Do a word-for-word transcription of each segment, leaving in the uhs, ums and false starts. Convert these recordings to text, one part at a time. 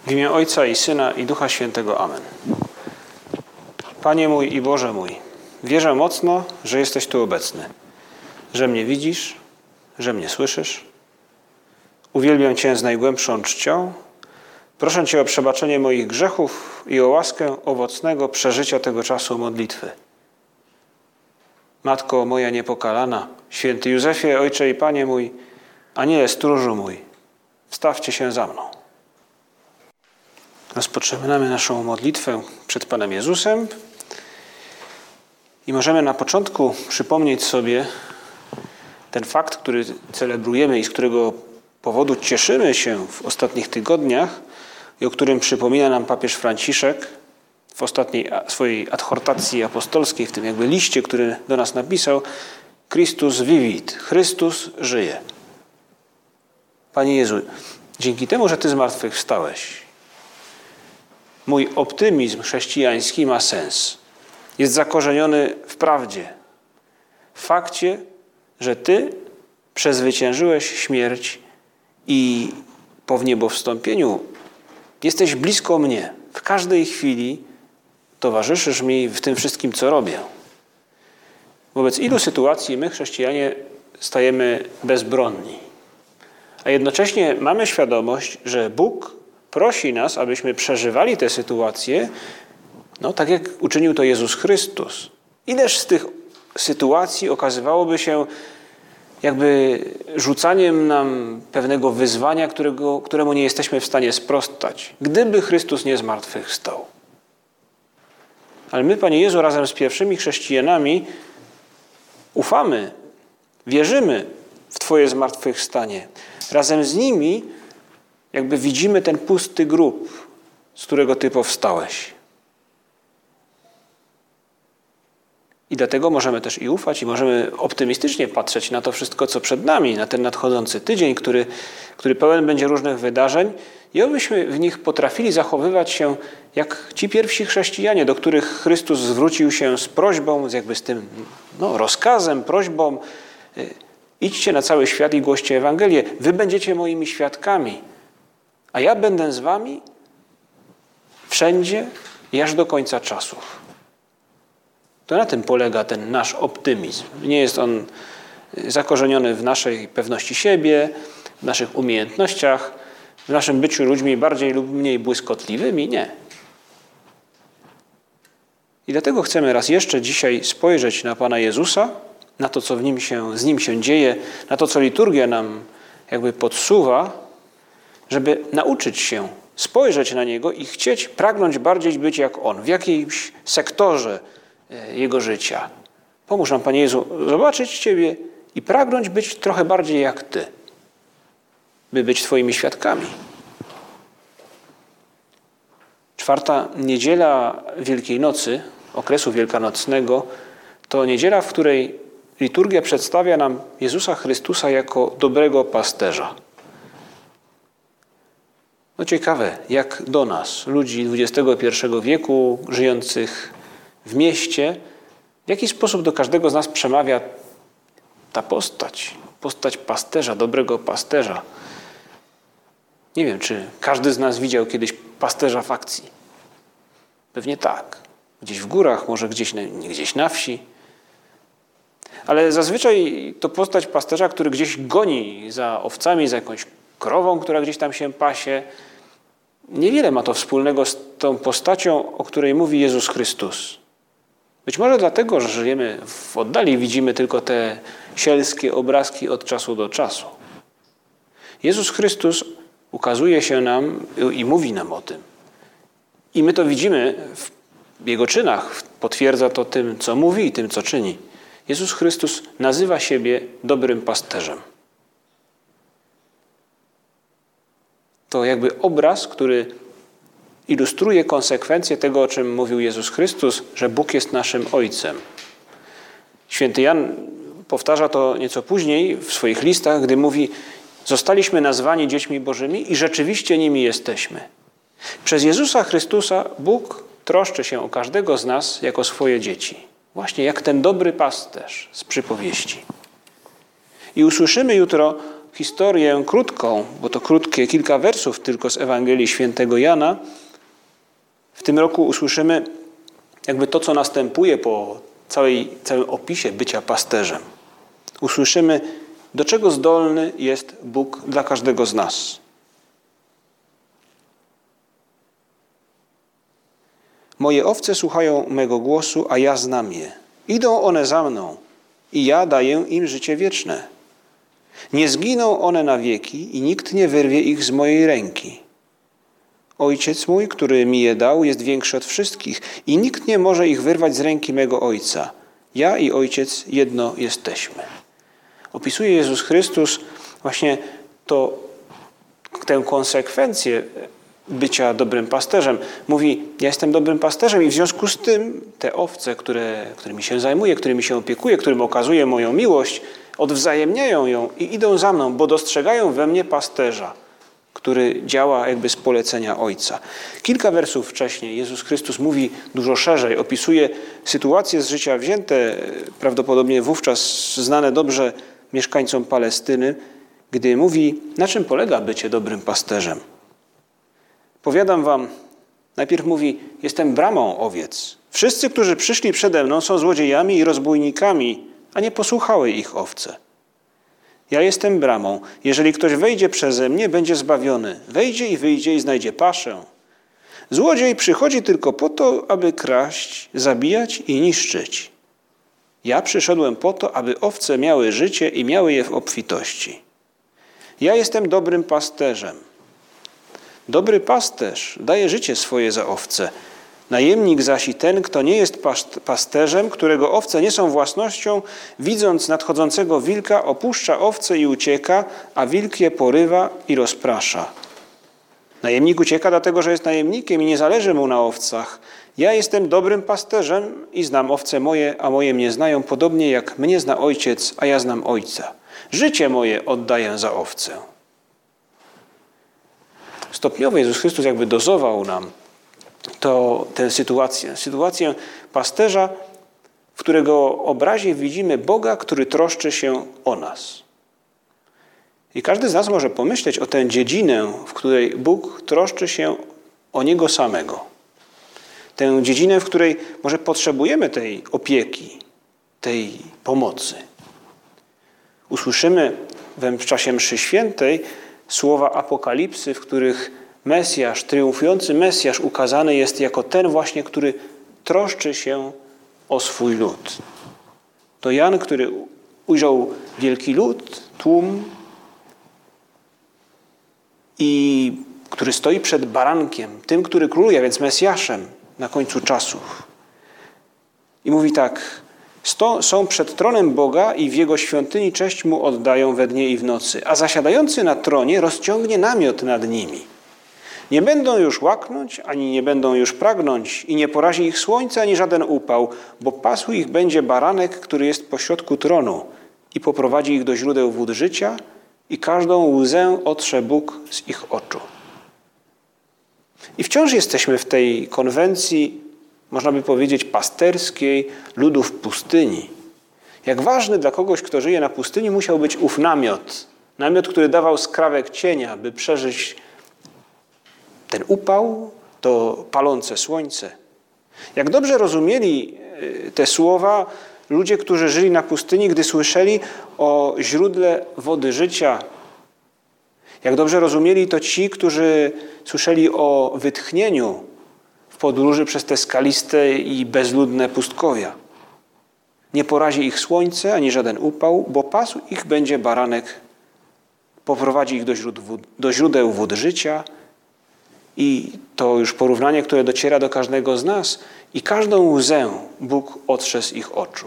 W imię Ojca i Syna i Ducha Świętego. Amen. Panie mój i Boże mój, wierzę mocno, że jesteś tu obecny, że mnie widzisz, że mnie słyszysz. Uwielbiam Cię z najgłębszą czcią. Proszę Cię o przebaczenie moich grzechów i o łaskę owocnego przeżycia tego czasu modlitwy. Matko moja niepokalana, święty Józefie, Ojcze i Panie mój, Aniele stróżu mój, wstawcie się za mną. Rozpoczynamy naszą modlitwę przed Panem Jezusem i możemy na początku przypomnieć sobie ten fakt, który celebrujemy i z którego powodu cieszymy się w ostatnich tygodniach i o którym przypomina nam papież Franciszek w ostatniej swojej adhortacji apostolskiej, w tym jakby liście, który do nas napisał: Christus vivit, Chrystus żyje. Panie Jezu, dzięki temu, że Ty zmartwychwstałeś, mój optymizm chrześcijański ma sens. Jest zakorzeniony w prawdzie, w fakcie, że Ty przezwyciężyłeś śmierć i po wniebowstąpieniu jesteś blisko mnie. W każdej chwili towarzyszysz mi w tym wszystkim, co robię. Wobec ilu sytuacji my, chrześcijanie, stajemy bezbronni, a jednocześnie mamy świadomość, że Bóg prosi nas, abyśmy przeżywali te sytuacje, no tak jak uczynił to Jezus Chrystus. Ileż z tych sytuacji okazywałoby się jakby rzucaniem nam pewnego wyzwania, którego, któremu nie jesteśmy w stanie sprostać, gdyby Chrystus nie zmartwychwstał. Ale my, Panie Jezu, razem z pierwszymi chrześcijanami ufamy, wierzymy w Twoje zmartwychwstanie. Razem z nimi jakby widzimy ten pusty grób, z którego Ty powstałeś. I dlatego możemy też i ufać i możemy optymistycznie patrzeć na to wszystko, co przed nami, na ten nadchodzący tydzień, który, który pełen będzie różnych wydarzeń i abyśmy w nich potrafili zachowywać się jak ci pierwsi chrześcijanie, do których Chrystus zwrócił się z prośbą, z jakby z tym no, rozkazem, prośbą: idźcie na cały świat i głoście Ewangelię. Wy będziecie moimi świadkami, a ja będę z wami wszędzie i aż do końca czasów. To na tym polega ten nasz optymizm. Nie jest on zakorzeniony w naszej pewności siebie, w naszych umiejętnościach, w naszym byciu ludźmi bardziej lub mniej błyskotliwymi. Nie. I dlatego chcemy raz jeszcze dzisiaj spojrzeć na Pana Jezusa, na to, co w nim się, z Nim się dzieje, na to, co liturgia nam jakby podsuwa, żeby nauczyć się spojrzeć na Niego i chcieć, pragnąć bardziej być jak On, w jakimś sektorze Jego życia. Pomóż nam, Panie Jezu, zobaczyć Ciebie i pragnąć być trochę bardziej jak Ty, by być Twoimi świadkami. Czwarta niedziela Wielkiej Nocy, okresu wielkanocnego, to niedziela, w której liturgia przedstawia nam Jezusa Chrystusa jako dobrego pasterza. No ciekawe, jak do nas, ludzi dwudziestego pierwszego wieku, żyjących w mieście, w jaki sposób do każdego z nas przemawia ta postać, postać pasterza, dobrego pasterza. Nie wiem, czy każdy z nas widział kiedyś pasterza w akcji. Pewnie tak. Gdzieś w górach, może gdzieś na, gdzieś na wsi. Ale zazwyczaj to postać pasterza, który gdzieś goni za owcami, za jakąś krową, która gdzieś tam się pasie. Niewiele ma to wspólnego z tą postacią, o której mówi Jezus Chrystus. Być może dlatego, że żyjemy w oddali, widzimy tylko te sielskie obrazki od czasu do czasu. Jezus Chrystus ukazuje się nam i mówi nam o tym. I my to widzimy w Jego czynach. Potwierdza to tym, co mówi i tym, co czyni. Jezus Chrystus nazywa siebie dobrym pasterzem. To jakby obraz, który ilustruje konsekwencje tego, o czym mówił Jezus Chrystus, że Bóg jest naszym Ojcem. Święty Jan powtarza to nieco później w swoich listach, gdy mówi: zostaliśmy nazwani dziećmi Bożymi i rzeczywiście nimi jesteśmy. Przez Jezusa Chrystusa Bóg troszczy się o każdego z nas jako swoje dzieci. Właśnie jak ten dobry pasterz z przypowieści. I usłyszymy jutro historię krótką, bo to krótkie kilka wersów tylko z Ewangelii Świętego Jana, w tym roku usłyszymy jakby to, co następuje po całej, całym opisie bycia pasterzem. Usłyszymy, do czego zdolny jest Bóg dla każdego z nas. Moje owce słuchają mego głosu, a ja znam je. Idą one za mną i ja daję im życie wieczne. Nie zginą one na wieki i nikt nie wyrwie ich z mojej ręki. Ojciec mój, który mi je dał, jest większy od wszystkich i nikt nie może ich wyrwać z ręki mego Ojca. Ja i Ojciec jedno jesteśmy. Opisuje Jezus Chrystus właśnie to, tę konsekwencję bycia dobrym pasterzem. Mówi, ja jestem dobrym pasterzem i w związku z tym te owce, które, którymi się zajmuję, którymi się opiekuję, którym okazuję moją miłość, odwzajemniają ją i idą za mną, bo dostrzegają we mnie pasterza, który działa jakby z polecenia Ojca. Kilka wersów wcześniej Jezus Chrystus mówi dużo szerzej, opisuje sytuacje z życia wzięte, prawdopodobnie wówczas znane dobrze mieszkańcom Palestyny, gdy mówi, na czym polega bycie dobrym pasterzem. Powiadam wam, najpierw mówi, jestem bramą owiec. Wszyscy, którzy przyszli przede mną, są złodziejami i rozbójnikami, a nie posłuchały ich owce. Ja jestem bramą. Jeżeli ktoś wejdzie przeze mnie, będzie zbawiony. Wejdzie i wyjdzie i znajdzie paszę. Złodziej przychodzi tylko po to, aby kraść, zabijać i niszczyć. Ja przyszedłem po to, aby owce miały życie i miały je w obfitości. Ja jestem dobrym pasterzem. Dobry pasterz daje życie swoje za owce. Najemnik zaś i ten, kto nie jest pasterzem, którego owce nie są własnością, widząc nadchodzącego wilka, opuszcza owce i ucieka, a wilk je porywa i rozprasza. Najemnik ucieka dlatego, że jest najemnikiem i nie zależy mu na owcach. Ja jestem dobrym pasterzem i znam owce moje, a moje mnie znają, podobnie jak mnie zna Ojciec, a ja znam Ojca. Życie moje oddaję za owcę. Stopniowo Jezus Chrystus jakby dozował nam to, tę sytuację. Sytuację pasterza, w którego obrazie widzimy Boga, który troszczy się o nas. I każdy z nas może pomyśleć o tę dziedzinę, w której Bóg troszczy się o Niego samego. Tę dziedzinę, w której może potrzebujemy tej opieki, tej pomocy. Usłyszymy w czasie mszy świętej słowa Apokalipsy, w których Mesjasz, triumfujący Mesjasz ukazany jest jako ten właśnie, który troszczy się o swój lud. To Jan, który ujrzał wielki lud, tłum i który stoi przed barankiem, tym, który króluje, więc Mesjaszem na końcu czasów. I mówi tak, sto, są przed tronem Boga i w Jego świątyni cześć Mu oddają we dnie i w nocy, a zasiadający na tronie rozciągnie namiot nad nimi. Nie będą już łaknąć, ani nie będą już pragnąć i nie porazi ich słońce, ani żaden upał, bo pasł ich będzie baranek, który jest pośrodku tronu i poprowadzi ich do źródeł wód życia i każdą łzę otrze Bóg z ich oczu. I wciąż jesteśmy w tej konwencji, można by powiedzieć, pasterskiej ludów pustyni. Jak ważny dla kogoś, kto żyje na pustyni, musiał być ów namiot. Namiot, który dawał skrawek cienia, by przeżyć ten upał, to palące słońce. Jak dobrze rozumieli te słowa ludzie, którzy żyli na pustyni, gdy słyszeli o źródle wody życia. Jak dobrze rozumieli to ci, którzy słyszeli o wytchnieniu w podróży przez te skaliste i bezludne pustkowia. Nie porazi ich słońce, ani żaden upał, bo pasł ich będzie baranek, poprowadzi ich do źródeł, do źródeł wód życia. I to już porównanie, które dociera do każdego z nas. I każdą łzę Bóg otrze z ich oczu.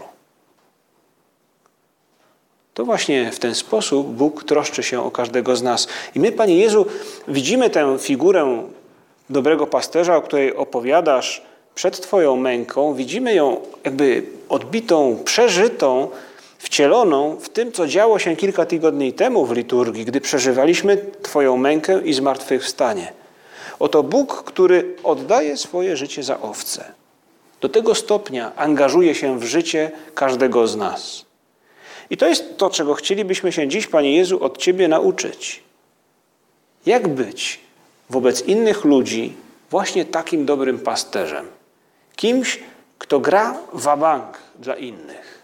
To właśnie w ten sposób Bóg troszczy się o każdego z nas. I my, Panie Jezu, widzimy tę figurę dobrego pasterza, o której opowiadasz przed Twoją męką. Widzimy ją jakby odbitą, przeżytą, wcieloną w tym, co działo się kilka tygodni temu w liturgii, gdy przeżywaliśmy Twoją mękę i zmartwychwstanie. Oto Bóg, który oddaje swoje życie za owce. Do tego stopnia angażuje się w życie każdego z nas. I to jest to, czego chcielibyśmy się dziś, Panie Jezu, od Ciebie nauczyć. Jak być wobec innych ludzi właśnie takim dobrym pasterzem? Kimś, kto gra wabank dla innych.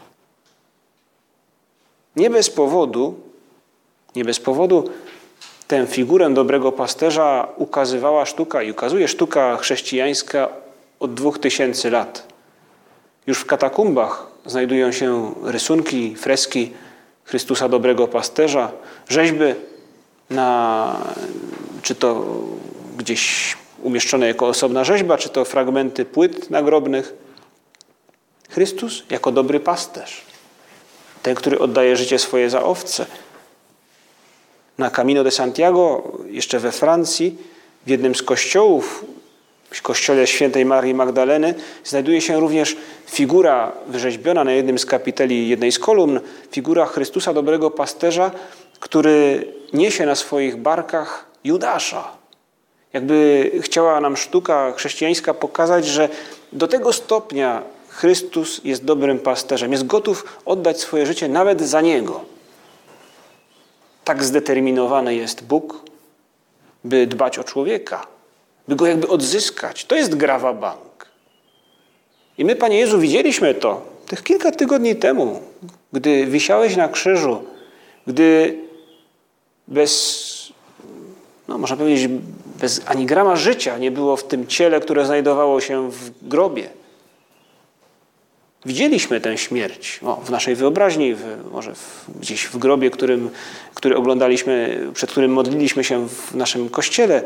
Nie bez powodu, nie bez powodu tę figurę dobrego pasterza ukazywała sztuka i ukazuje sztuka chrześcijańska od dwóch tysięcy lat. Już w katakumbach znajdują się rysunki, freski Chrystusa dobrego pasterza, rzeźby na, czy to gdzieś umieszczone jako osobna rzeźba, czy to fragmenty płyt nagrobnych. Chrystus jako dobry pasterz. Ten, który oddaje życie swoje za owce. Na Camino de Santiago, jeszcze we Francji, w jednym z kościołów, w kościele świętej Marii Magdaleny, znajduje się również figura wyrzeźbiona na jednym z kapiteli jednej z kolumn, figura Chrystusa dobrego pasterza, który niesie na swoich barkach Judasza. Jakby chciała nam sztuka chrześcijańska pokazać, że do tego stopnia Chrystus jest dobrym pasterzem, jest gotów oddać swoje życie nawet za Niego. Tak zdeterminowany jest Bóg, by dbać o człowieka, by go jakby odzyskać. To jest gra wabank. I my, Panie Jezu, widzieliśmy to tych kilka tygodni temu, gdy wisiałeś na krzyżu, gdy bez, no można powiedzieć, bez ani grama życia nie było w tym ciele, które znajdowało się w grobie. Widzieliśmy tę śmierć o, w naszej wyobraźni, w, może w, gdzieś w grobie, którym, który oglądaliśmy, przed którym modliliśmy się w naszym kościele.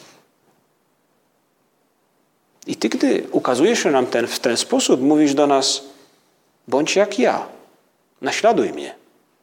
I Ty, gdy ukazujesz się nam ten, w ten sposób, mówisz do nas, bądź jak ja, naśladuj mnie.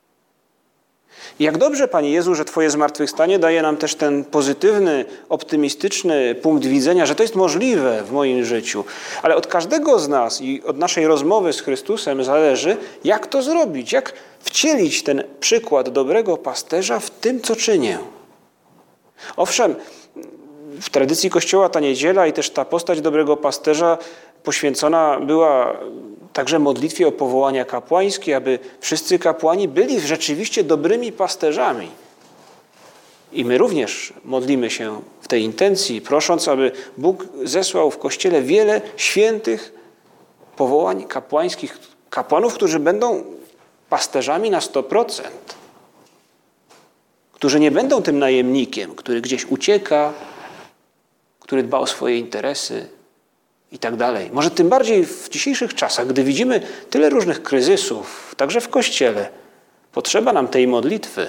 I jak dobrze, Panie Jezu, że Twoje zmartwychwstanie daje nam też ten pozytywny, optymistyczny punkt widzenia, że to jest możliwe w moim życiu. Ale od każdego z nas i od naszej rozmowy z Chrystusem zależy, jak to zrobić, jak wcielić ten przykład dobrego pasterza w tym, co czynię. Owszem, w tradycji Kościoła ta niedziela i też ta postać dobrego pasterza poświęcona była także modlitwie o powołania kapłańskie, aby wszyscy kapłani byli rzeczywiście dobrymi pasterzami. I my również modlimy się w tej intencji, prosząc, aby Bóg zesłał w Kościele wiele świętych powołań kapłańskich, kapłanów, którzy będą pasterzami na sto procent. Którzy nie będą tym najemnikiem, który gdzieś ucieka, który dba o swoje interesy i tak dalej. Może tym bardziej w dzisiejszych czasach, gdy widzimy tyle różnych kryzysów, także w Kościele, potrzeba nam tej modlitwy.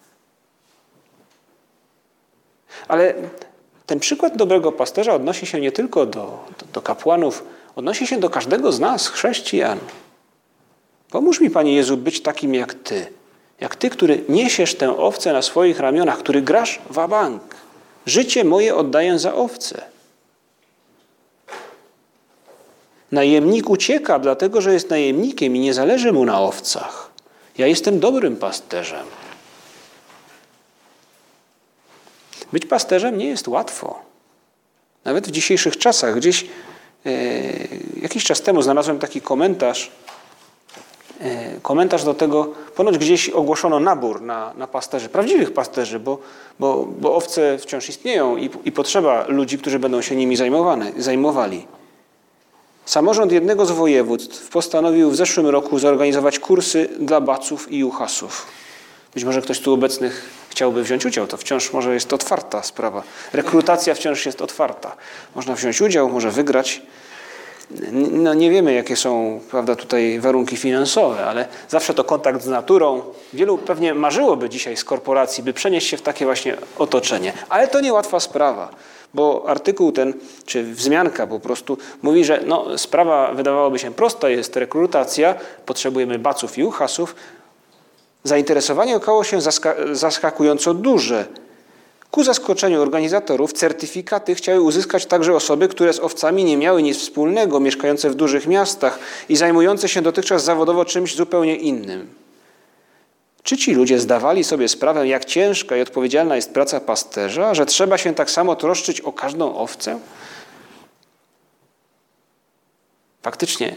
Ale ten przykład dobrego pasterza odnosi się nie tylko do, do, do kapłanów, odnosi się do każdego z nas, chrześcijan. Pomóż mi, Panie Jezu, być takim jak Ty. Jak Ty, który niesiesz tę owcę na swoich ramionach, który grasz wabank. Życie moje oddaję za owce. Najemnik ucieka, dlatego że jest najemnikiem i nie zależy mu na owcach. Ja jestem dobrym pasterzem. Być pasterzem nie jest łatwo. Nawet w dzisiejszych czasach. Gdzieś e, jakiś czas temu znalazłem taki komentarz, e, komentarz do tego, ponoć gdzieś ogłoszono nabór na, na pasterzy, prawdziwych pasterzy, bo, bo, bo owce wciąż istnieją i, i potrzeba ludzi, którzy będą się nimi zajmowali. Samorząd jednego z województw postanowił w zeszłym roku zorganizować kursy dla baców i juchasów. Być może ktoś tu obecnych chciałby wziąć udział, to wciąż może jest otwarta sprawa. Rekrutacja wciąż jest otwarta. Można wziąć udział, może wygrać. No, nie wiemy, jakie są, prawda, tutaj warunki finansowe, ale zawsze to kontakt z naturą. Wielu pewnie marzyłoby dzisiaj z korporacji, by przenieść się w takie właśnie otoczenie. Ale to niełatwa sprawa, bo artykuł ten, czy wzmianka po prostu mówi, że no, sprawa wydawałoby się prosta, jest rekrutacja, potrzebujemy baców i juchasów. Zainteresowanie okazało się zaska- zaskakująco duże. Ku zaskoczeniu organizatorów certyfikaty chciały uzyskać także osoby, które z owcami nie miały nic wspólnego, mieszkające w dużych miastach i zajmujące się dotychczas zawodowo czymś zupełnie innym. Czy ci ludzie zdawali sobie sprawę, jak ciężka i odpowiedzialna jest praca pasterza, że trzeba się tak samo troszczyć o każdą owcę? Faktycznie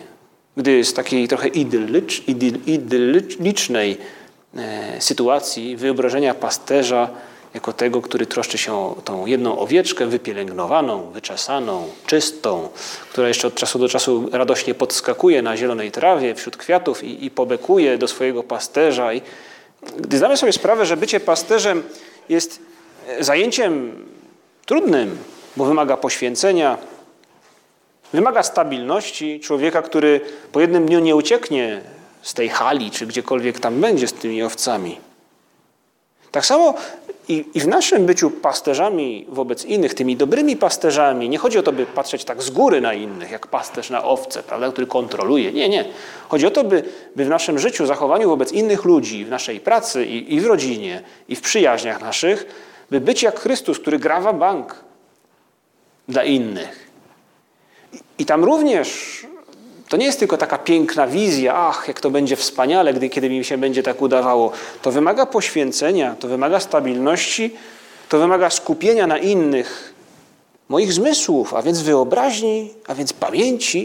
gdy z takiej trochę idyllicz, idyl, idyllicznej e, sytuacji wyobrażenia pasterza jako tego, który troszczy się o tą jedną owieczkę wypielęgnowaną, wyczesaną, czystą, która jeszcze od czasu do czasu radośnie podskakuje na zielonej trawie wśród kwiatów i, i pobekuje do swojego pasterza. I gdy zdamy sobie sprawę, że bycie pasterzem jest zajęciem trudnym, bo wymaga poświęcenia, wymaga stabilności człowieka, który po jednym dniu nie ucieknie z tej hali, czy gdziekolwiek tam będzie z tymi owcami. Tak samo i, i w naszym byciu pasterzami wobec innych, tymi dobrymi pasterzami, nie chodzi o to, by patrzeć tak z góry na innych, jak pasterz na owce, prawda, który kontroluje. Nie, nie. Chodzi o to, by, by w naszym życiu, zachowaniu wobec innych ludzi, w naszej pracy i, i w rodzinie, i w przyjaźniach naszych, by być jak Chrystus, który gra w bank dla innych. I, i tam również to nie jest tylko taka piękna wizja, ach, jak to będzie wspaniale, gdy, kiedy mi się będzie tak udawało. To wymaga poświęcenia, to wymaga stabilności, to wymaga skupienia na innych moich zmysłów, a więc wyobraźni, a więc pamięci.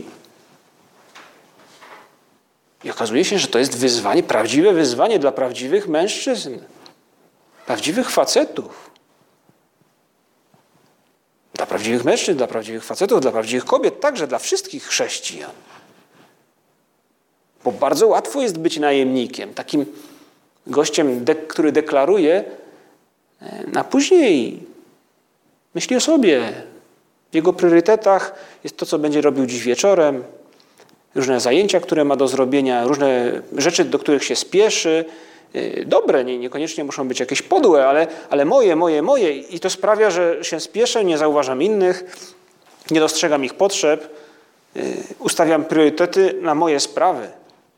I okazuje się, że to jest wyzwanie, prawdziwe wyzwanie dla prawdziwych mężczyzn, prawdziwych facetów. Dla prawdziwych mężczyzn, dla prawdziwych facetów, dla prawdziwych kobiet, także dla wszystkich chrześcijan. Bo bardzo łatwo jest być najemnikiem, takim gościem, de- który deklaruje, a później myśli o sobie. W jego priorytetach jest to, co będzie robił dziś wieczorem, różne zajęcia, które ma do zrobienia, różne rzeczy, do których się spieszy. Dobre, nie, niekoniecznie muszą być jakieś podłe, ale, ale moje, moje, moje. I to sprawia, że się spieszę, nie zauważam innych, nie dostrzegam ich potrzeb, ustawiam priorytety na moje sprawy.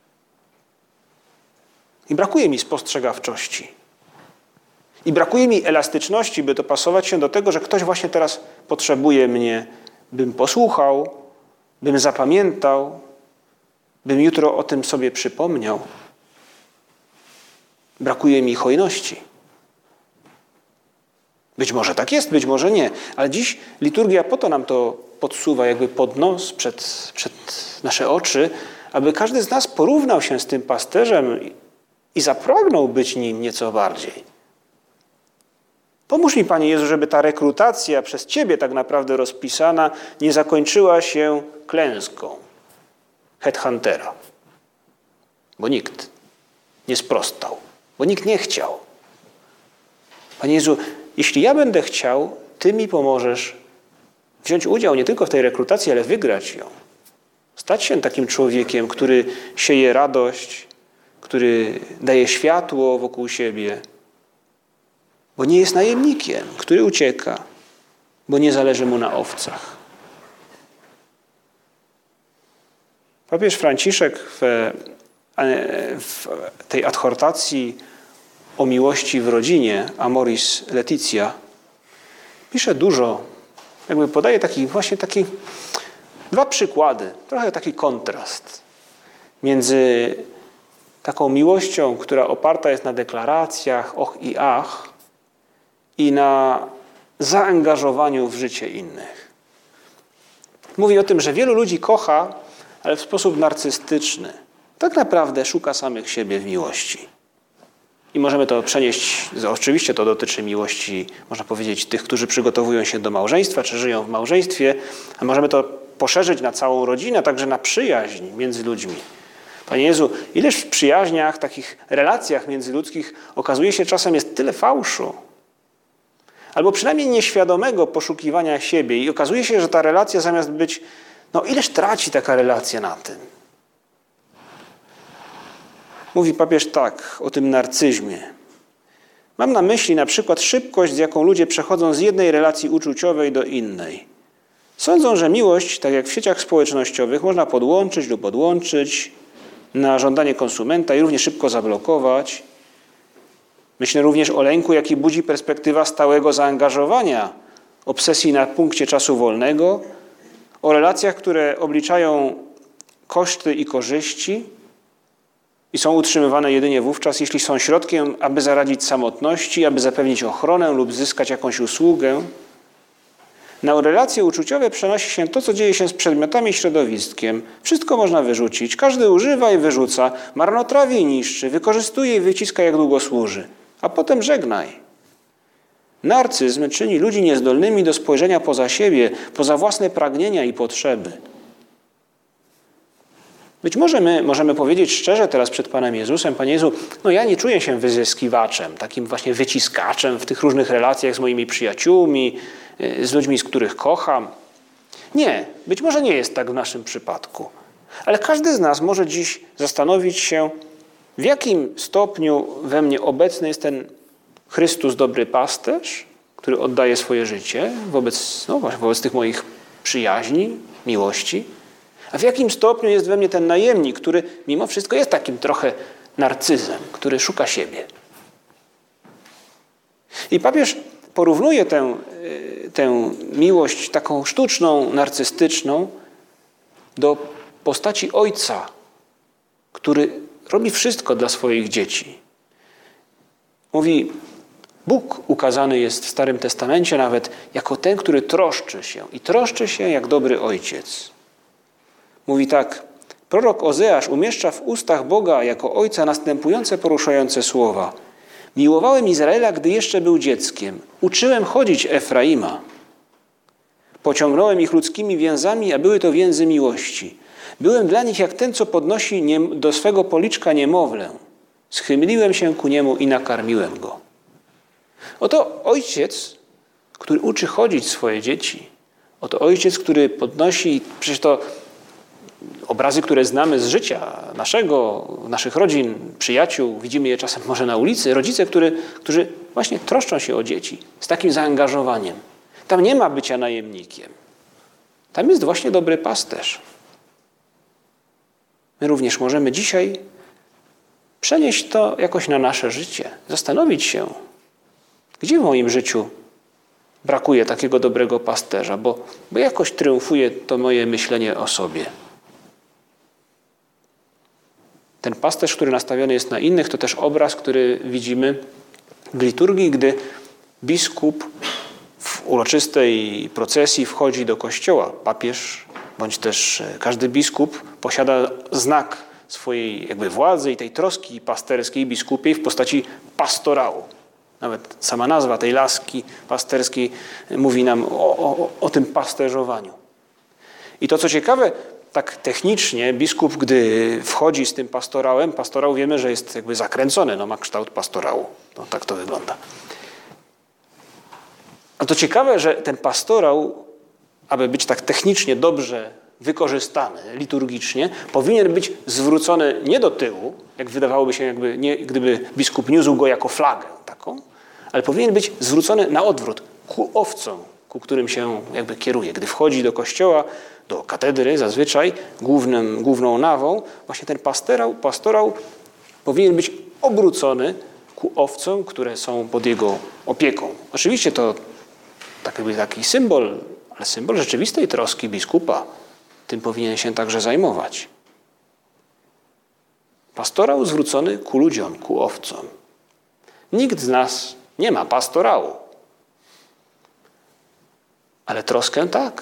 I brakuje mi spostrzegawczości. I brakuje mi elastyczności, by dopasować się do tego, że ktoś właśnie teraz potrzebuje mnie, bym posłuchał, bym zapamiętał, bym jutro o tym sobie przypomniał. Brakuje mi hojności. Być może tak jest, być może nie, ale dziś liturgia po to nam to podsuwa jakby pod nos, przed, przed nasze oczy, aby każdy z nas porównał się z tym pasterzem i zapragnął być nim nieco bardziej. Pomóż mi, Panie Jezu, żeby ta rekrutacja przez Ciebie tak naprawdę rozpisana nie zakończyła się klęską headhuntera. Bo nikt nie sprostał, bo nikt nie chciał. Panie Jezu, jeśli ja będę chciał, Ty mi pomożesz wziąć udział nie tylko w tej rekrutacji, ale wygrać ją. Stać się takim człowiekiem, który sieje radość, który daje światło wokół siebie, bo nie jest najemnikiem, który ucieka, bo nie zależy mu na owcach. Papież Franciszek w, w tej adhortacji o miłości w rodzinie, Amoris Laetitia, pisze dużo, jakby podaje taki właśnie taki dwa przykłady, trochę taki kontrast między taką miłością, która oparta jest na deklaracjach, och i ach, i na zaangażowaniu w życie innych. Mówi o tym, że wielu ludzi kocha, ale w sposób narcystyczny. Tak naprawdę szuka samych siebie w miłości. I możemy to przenieść, oczywiście to dotyczy miłości, można powiedzieć, tych, którzy przygotowują się do małżeństwa, czy żyją w małżeństwie, a możemy to poszerzyć na całą rodzinę, także na przyjaźń między ludźmi. Panie Jezu, ileż w przyjaźniach, takich relacjach międzyludzkich okazuje się czasem jest tyle fałszu. Albo przynajmniej nieświadomego poszukiwania siebie i okazuje się, że ta relacja zamiast być, no ileż traci taka relacja na tym. Mówi papież tak o tym narcyzmie. Mam na myśli na przykład szybkość, z jaką ludzie przechodzą z jednej relacji uczuciowej do innej. Sądzą, że miłość, tak jak w sieciach społecznościowych, można podłączyć lub odłączyć na żądanie konsumenta i równie szybko zablokować. Myślę również o lęku, jaki budzi perspektywa stałego zaangażowania, obsesji na punkcie czasu wolnego, o relacjach, które obliczają koszty i korzyści i są utrzymywane jedynie wówczas, jeśli są środkiem, aby zaradzić samotności, aby zapewnić ochronę lub zyskać jakąś usługę. Na relacje uczuciowe przenosi się to, co dzieje się z przedmiotami i środowiskiem. Wszystko można wyrzucić. Każdy używa i wyrzuca, marnotrawi i niszczy, wykorzystuje i wyciska, jak długo służy. A potem żegnaj. Narcyzm czyni ludzi niezdolnymi do spojrzenia poza siebie, poza własne pragnienia i potrzeby. Być może my możemy powiedzieć szczerze teraz przed Panem Jezusem: Panie Jezu, no ja nie czuję się wyzyskiwaczem, takim właśnie wyciskaczem w tych różnych relacjach z moimi przyjaciółmi, z ludźmi, z których kocham. Nie, być może nie jest tak w naszym przypadku. Ale każdy z nas może dziś zastanowić się, w jakim stopniu we mnie obecny jest ten Chrystus, dobry pasterz, który oddaje swoje życie wobec, no właśnie, wobec tych moich przyjaźni, miłości. A w jakim stopniu jest we mnie ten najemnik, który mimo wszystko jest takim trochę narcyzem, który szuka siebie. I papież porównuje tę, tę miłość taką sztuczną, narcystyczną do postaci ojca, który robi wszystko dla swoich dzieci. Mówi, Bóg ukazany jest w Starym Testamencie nawet jako ten, który troszczy się i troszczy się jak dobry ojciec. Mówi tak, prorok Ozeasz umieszcza w ustach Boga jako ojca następujące poruszające słowa. Miłowałem Izraela, gdy jeszcze był dzieckiem. Uczyłem chodzić Efraima. Pociągnąłem ich ludzkimi więzami, a były to więzy miłości. Byłem dla nich jak ten, co podnosi do swego policzka niemowlę. Schymliłem się ku niemu i nakarmiłem go. Oto ojciec, który uczy chodzić swoje dzieci. Oto ojciec, który podnosi, przecież to obrazy, które znamy z życia naszego, naszych rodzin, przyjaciół, widzimy je czasem może na ulicy. Rodzice, który, którzy właśnie troszczą się o dzieci z takim zaangażowaniem. Tam nie ma bycia najemnikiem. Tam jest właśnie dobry pasterz. My również możemy dzisiaj przenieść to jakoś na nasze życie. Zastanowić się, gdzie w moim życiu brakuje takiego dobrego pasterza, bo, bo jakoś triumfuje to moje myślenie o sobie. Ten pasterz, który nastawiony jest na innych, to też obraz, który widzimy w liturgii, gdy biskup w uroczystej procesji wchodzi do kościoła. Papież, bądź też każdy biskup posiada znak swojej jakby władzy i tej troski pasterskiej, biskupiej w postaci pastorału. Nawet sama nazwa tej laski pasterskiej mówi nam o, o, o tym pasterzowaniu. I to, co ciekawe, tak technicznie biskup, gdy wchodzi z tym pastorałem, pastorał wiemy, że jest jakby zakręcony, no ma kształt pastorału. No, tak to wygląda. A to ciekawe, że ten pastorał, aby być tak technicznie dobrze wykorzystany liturgicznie, powinien być zwrócony nie do tyłu, jak wydawałoby się, jakby nie, gdyby biskup niósł go jako flagę taką, ale powinien być zwrócony na odwrót, ku owcom, ku którym się jakby kieruje. Gdy wchodzi do kościoła, do katedry zazwyczaj, głównym, główną nawą, właśnie ten pastorał, pastorał powinien być obrócony ku owcom, które są pod jego opieką. Oczywiście to tak jakby taki symbol, ale symbol rzeczywistej troski biskupa. Tym powinien się także zajmować. Pastorał zwrócony ku ludziom, ku owcom. Nikt z nas nie ma pastorału. Ale troskę tak.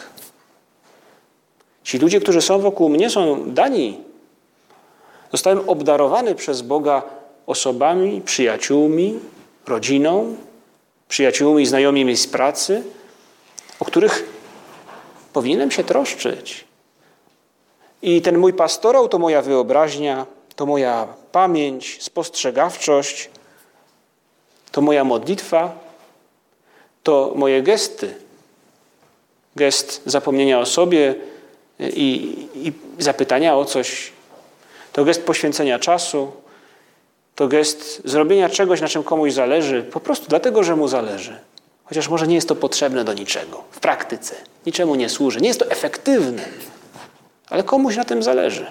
Ci ludzie, którzy są wokół mnie, są dani. Zostałem obdarowany przez Boga osobami, przyjaciółmi, rodziną, przyjaciółmi i znajomymi z pracy, o których powinienem się troszczyć. I ten mój pastorał to moja wyobraźnia, to moja pamięć, spostrzegawczość, to moja modlitwa, to moje gesty. Gest zapomnienia o sobie i, i zapytania o coś. To gest poświęcenia czasu. To gest zrobienia czegoś, na czym komuś zależy, po prostu dlatego, że mu zależy. Chociaż może nie jest to potrzebne do niczego. W praktyce niczemu nie służy. Nie jest to efektywne, ale komuś na tym zależy.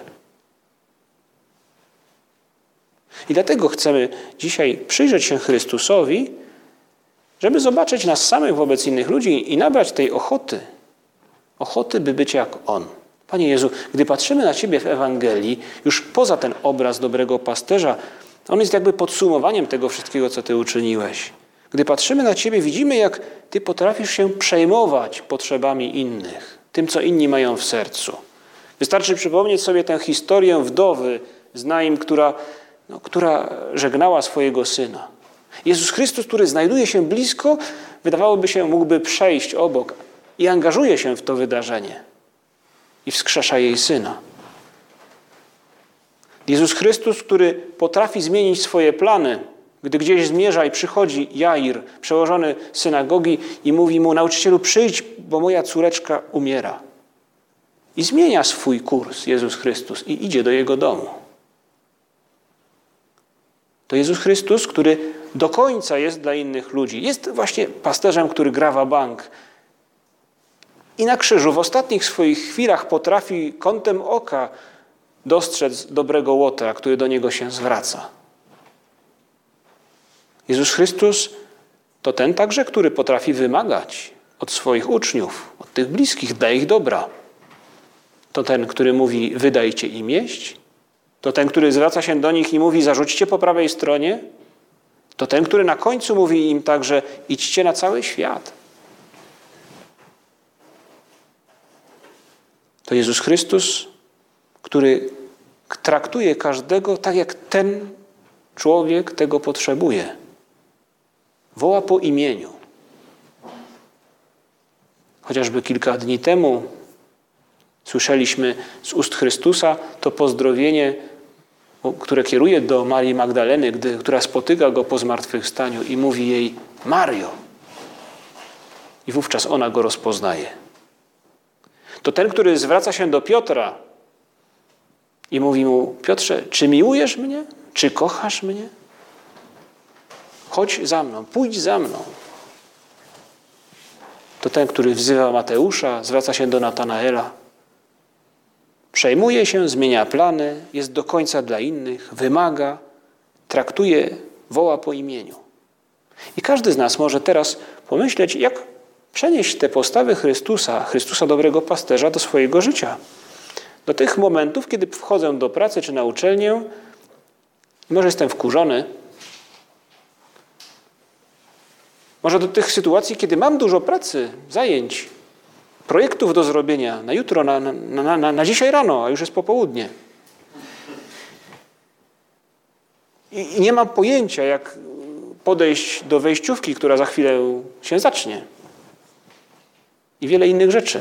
I dlatego chcemy dzisiaj przyjrzeć się Chrystusowi, żeby zobaczyć nas samych wobec innych ludzi i nabrać tej ochoty. Ochoty, by być jak On. Panie Jezu, gdy patrzymy na Ciebie w Ewangelii, już poza ten obraz dobrego pasterza, on jest jakby podsumowaniem tego wszystkiego, co Ty uczyniłeś. Gdy patrzymy na Ciebie, widzimy, jak Ty potrafisz się przejmować potrzebami innych, tym, co inni mają w sercu. Wystarczy przypomnieć sobie tę historię wdowy z Naim, która, no, która żegnała swojego syna. Jezus Chrystus, który znajduje się blisko, wydawałoby się, mógłby przejść obok i angażuje się w to wydarzenie i wskrzesza jej syna. Jezus Chrystus, który potrafi zmienić swoje plany, gdy gdzieś zmierza i przychodzi Jair, przełożony synagogi i mówi mu: nauczycielu, przyjdź, bo moja córeczka umiera. I zmienia swój kurs Jezus Chrystus i idzie do jego domu. To Jezus Chrystus, który do końca jest dla innych ludzi. Jest właśnie pasterzem, który gra wabank. I na krzyżu w ostatnich swoich chwilach potrafi kątem oka dostrzec dobrego łotra, który do niego się zwraca. Jezus Chrystus to ten także, który potrafi wymagać od swoich uczniów, od tych bliskich, dla ich dobra. To ten, który mówi: wydajcie im jeść. To ten, który zwraca się do nich i mówi: zarzućcie po prawej stronie. To ten, który na końcu mówi im także: idźcie na cały świat. To Jezus Chrystus, który traktuje każdego tak, jak ten człowiek tego potrzebuje. Woła po imieniu. Chociażby kilka dni temu słyszeliśmy z ust Chrystusa to pozdrowienie, które kieruje do Marii Magdaleny, gdy, która spotyka go po zmartwychwstaniu i mówi jej: Mario. I wówczas ona go rozpoznaje. To ten, który zwraca się do Piotra i mówi mu: Piotrze, czy miłujesz mnie? Czy kochasz mnie? Chodź za mną, pójdź za mną. To ten, który wzywa Mateusza, zwraca się do Natanaela. Przejmuje się, zmienia plany, jest do końca dla innych, wymaga, traktuje, woła po imieniu. I każdy z nas może teraz pomyśleć, jak przenieść te postawy Chrystusa, Chrystusa dobrego pasterza, do swojego życia. Do tych momentów, kiedy wchodzę do pracy czy na uczelnię, może jestem wkurzony, może do tych sytuacji, kiedy mam dużo pracy, zajęć, projektów do zrobienia na jutro, na, na, na, na dzisiaj rano, a już jest popołudnie. I, I nie mam pojęcia, jak podejść do wejściówki, która za chwilę się zacznie. I wiele innych rzeczy.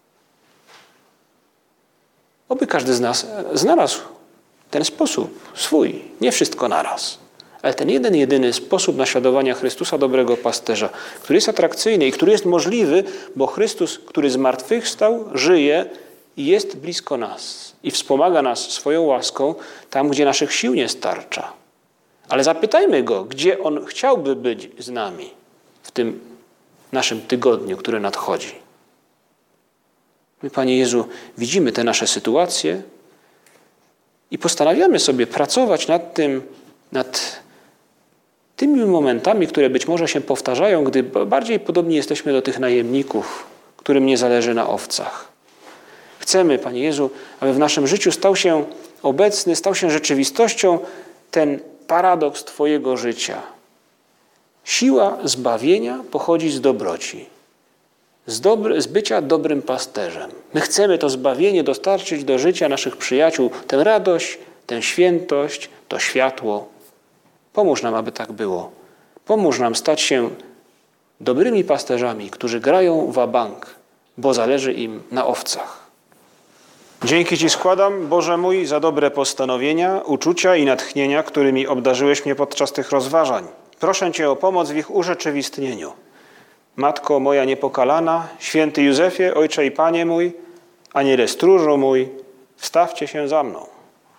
Oby każdy z nas znalazł ten sposób swój, nie wszystko naraz, ale ten jeden, jedyny sposób naśladowania Chrystusa dobrego pasterza, który jest atrakcyjny i który jest możliwy, bo Chrystus, który zmartwychwstał, żyje i jest blisko nas i wspomaga nas swoją łaską tam, gdzie naszych sił nie starcza. Ale zapytajmy Go, gdzie On chciałby być z nami w tym naszym tygodniu, który nadchodzi. My, Panie Jezu, widzimy te nasze sytuacje i postanawiamy sobie pracować nad tym, nad tymi momentami, które być może się powtarzają, gdy bardziej podobni jesteśmy do tych najemników, którym nie zależy na owcach. Chcemy, Panie Jezu, aby w naszym życiu stał się obecny, stał się rzeczywistością ten paradoks Twojego życia. Siła zbawienia pochodzi z dobroci, z, dobry, z bycia dobrym pasterzem. My chcemy to zbawienie dostarczyć do życia naszych przyjaciół, tę radość, tę świętość, to światło. Pomóż nam, aby tak było. Pomóż nam stać się dobrymi pasterzami, którzy grają wabank, bo zależy im na owcach. Dzięki Ci składam, Boże mój, za dobre postanowienia, uczucia i natchnienia, którymi obdarzyłeś mnie podczas tych rozważań. Proszę Cię o pomoc w ich urzeczywistnieniu. Matko moja niepokalana, święty Józefie, Ojcze i Panie mój, Aniele stróżu mój, wstawcie się za mną.